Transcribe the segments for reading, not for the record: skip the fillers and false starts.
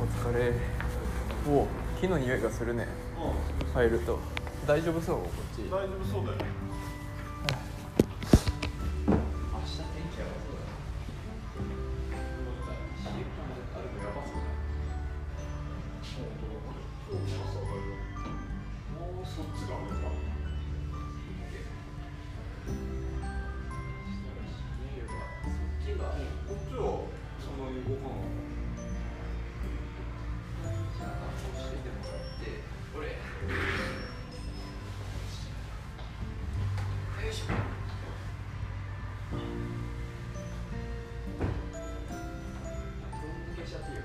疲れ。おお、木の匂いがするね。入ると大丈夫そう？こっち大丈夫そうだよ。 明日天気やばそうだね。1週間あるとやばそうだね。 もうそっちが上か。 そっちがこっちはそんなに動かない。 じゃあこうしててもらってこれよいしょ。抜けちゃっていいよ。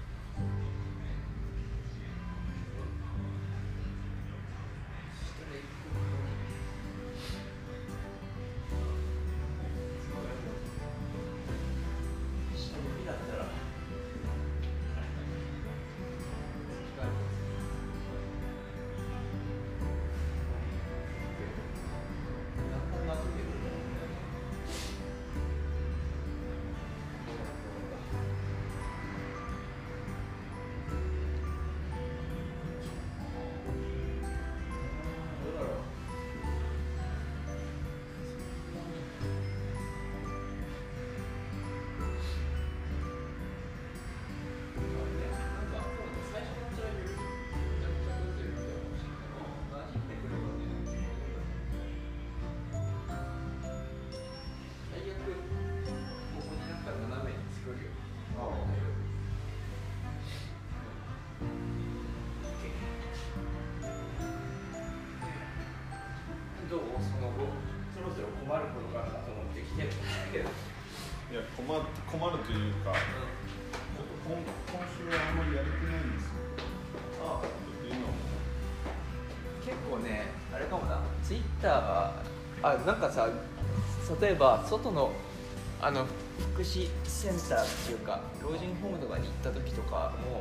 どうその後そろそろ困ることかなと思って来てるんですけど。 いや困るというか、今週はあんまりやる気ないんですよ。 ああ、 っていうのも結構ね、あれかもな、ツイッターがなんかさ、例えば外の福祉センターっていうか老人ホームとかに行った時とかも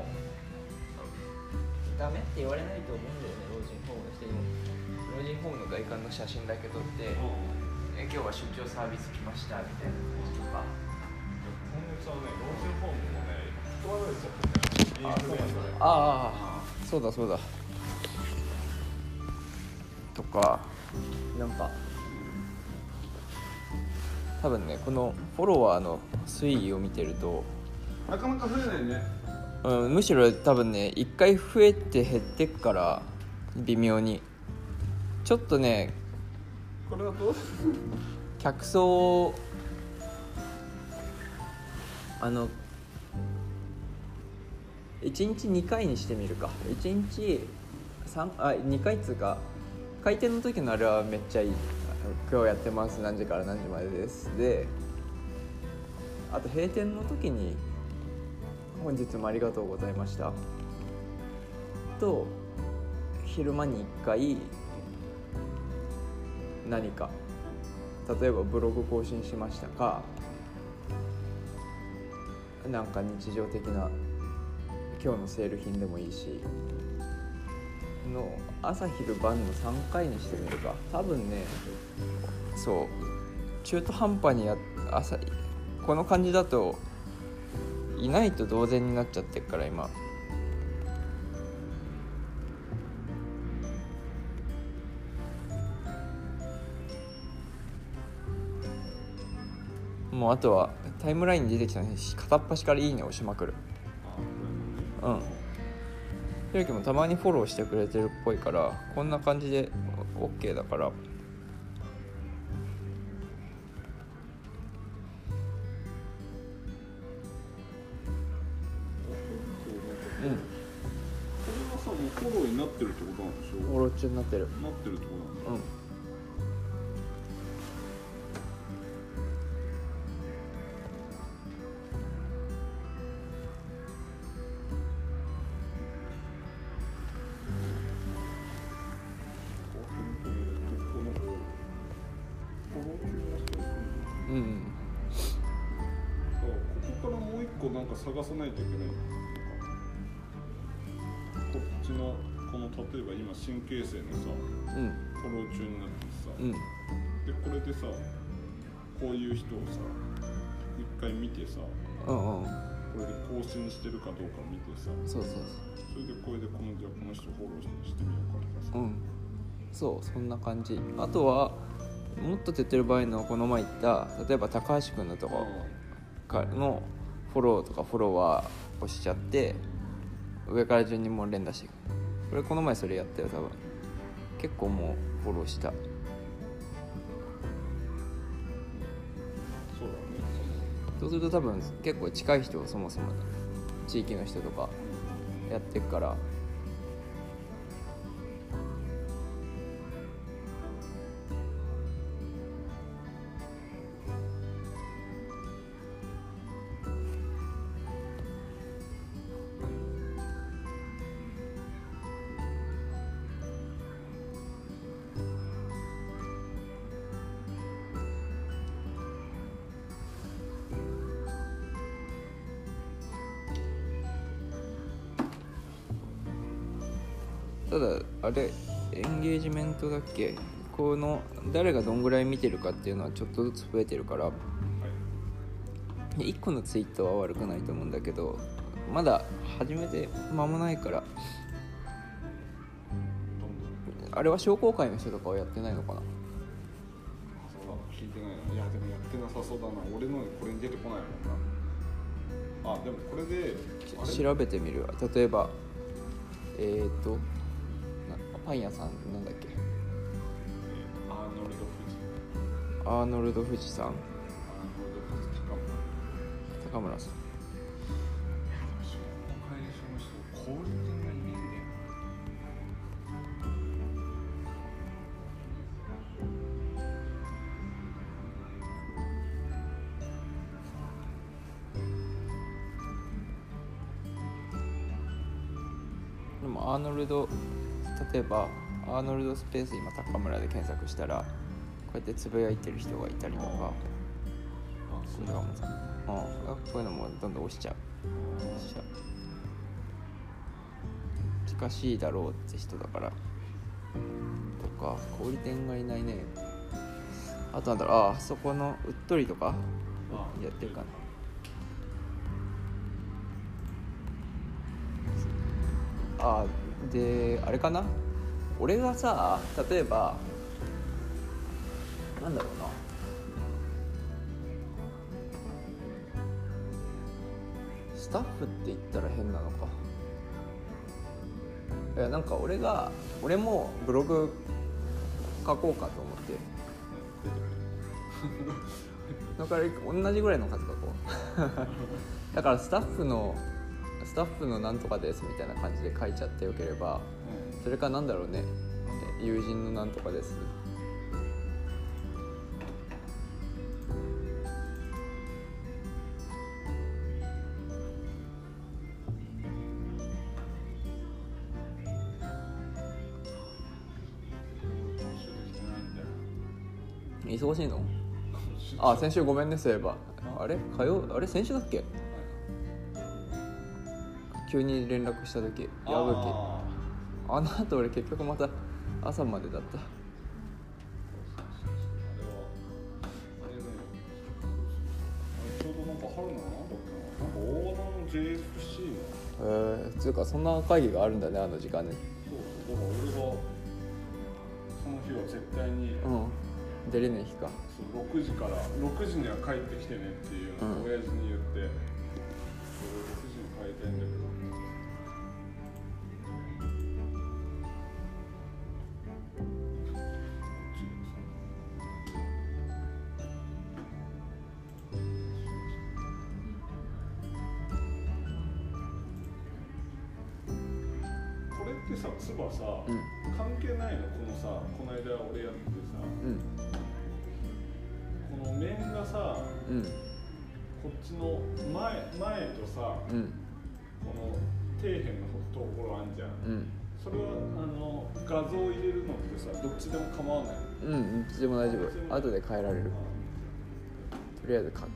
ダメって言われないと思うんだよね。老人ホームの人にも老人ホームの外観の写真だけ撮って、今日は出張サービス来ましたみたいな感じとか。 今月はね、老人ホームもね、断られちゃってね、インフルエンザで。 ああ、そうだそうだ。とか、なんか多分ね、このフォロワーの推移を見てるとなかなか増えないね。 むしろ多分ね、1回増えて減ってくから微妙にちょっとね、 これはどう客層を1日2回にしてみるか。1日2回っつうか、開店の時のあれはめっちゃいい。今日やってます、何時から何時までですで、あと閉店の時に本日もありがとうございましたと、昼間に1回何か、例えばブログ更新しましたか、なんか日常的な今日のセール品でもいいしの朝昼晩の3回にしてみるか。多分ね、そう中途半端にこの感じだといないと同然になっちゃってるから今。もうあとはタイムラインに出てきたのに片っ端からいいねを押しまくる。ひろきもたまにフォローしてくれてるっぽいから、こんな感じで OK だから。 これはさ、もうフォローになってるってことなんでしょ。 フォロー中になってる。 なってるってことなんだ。ここからもう一個なんか探さないといけない。こっちのこの例えば今新京成のさ、フォロー中になってさ、でこれでさ、こういう人をさ一回見てさ、これで更新ちにしてるかどうかを見てさ、 そうそれでこれでじゃあこの人フォローしてみようかとかさ、 そうそんな感じ。あとはもっと手っ取り早いのはこの前言った例えば高橋君のとこのフォローとかフォロワーをしちゃって上から順にもう連打していく。俺この前それやったよ多分。結構もうフォローした。 そうだね。 そうすると多分結構近い人をそもそも地域の人とかやっていくから、ただあれエンゲージメントだっけ、この誰がどんぐらい見てるかっていうのはちょっとずつ増えてるから、1個のツイートは悪くないと思うんだけど、まだ始めて間もないから。あれは商工会の人とかはやってないのかな。 そうだ、聞いてないな。いやでもやってなさそうだな。俺のこれに出てこないもんな。あ、でもこれで調べてみるわ。例えばパン屋さんなんだっけ、アーノルド富士さん、高村さん。 小売店がいねえんだよ。 でもアーノルド、例えばアーノルドスペース今高村で検索したらこうやってつぶやいてる人がいたりとか、こういうのもどんどん押しちゃう。近しいだろうって人だからとか、小売店がいないね。あとなんだろう、あそこのうっとりとかやってるかな。であれかな、俺がさ、例えばなんだろうな、スタッフって言ったら変なのか。いやなんか俺もブログ書こうかと思ってだから同じぐらいの数書こうだからスタッフのなんとかですみたいな感じで書いちゃってよければ、それかなんだろうね、友人のなんとかです忙しいの？先週ごめんね、そういえば。あれ先週だっけ？急に連絡した時、矢吹。あの後俺結局また朝までだった。 ちょうどなんか春のなんだっけな、なんか大穴の JFC のつうかそんな会議があるんだね、あの時間に。 そうだから俺がその日は絶対に、 出れねえ日か。 6時から6時には帰ってきてねっていうのを親父に言って、6時に帰りたいんだけど、これってさ、つばさ、関係ないの？このさ、この間俺やってさ、この面がさ、こっちの前とさ、この底辺のところあんじゃん、それは画像入れるのってさ、どっちでも構わない？ どっちでも大丈夫。後で変えられる。とりあえず書く。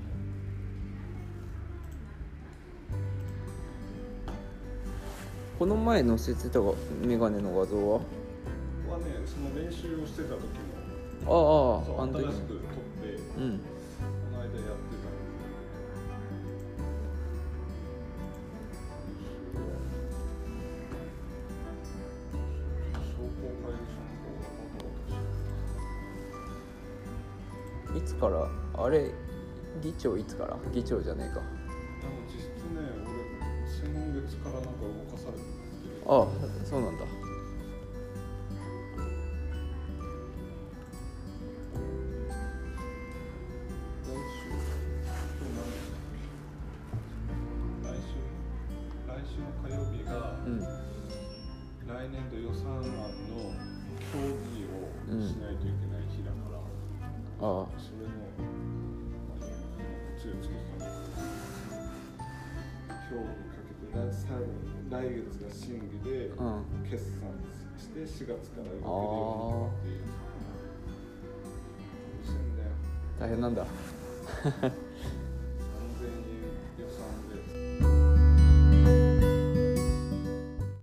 この前載せてたメガネの画像はね、その練習をしてた時の、 あの時新しく撮って、この間やってた。 つからあれ議長いつから議長じゃねえか。 実質ね俺先月からなんか動かされてる。 ああそうなんだ。 来週の火曜日が、来年度予算案の協議をしないといけない日だから、それの協議かけて来月が審議で決算して4月から動けるようになっていう。 大変なんだ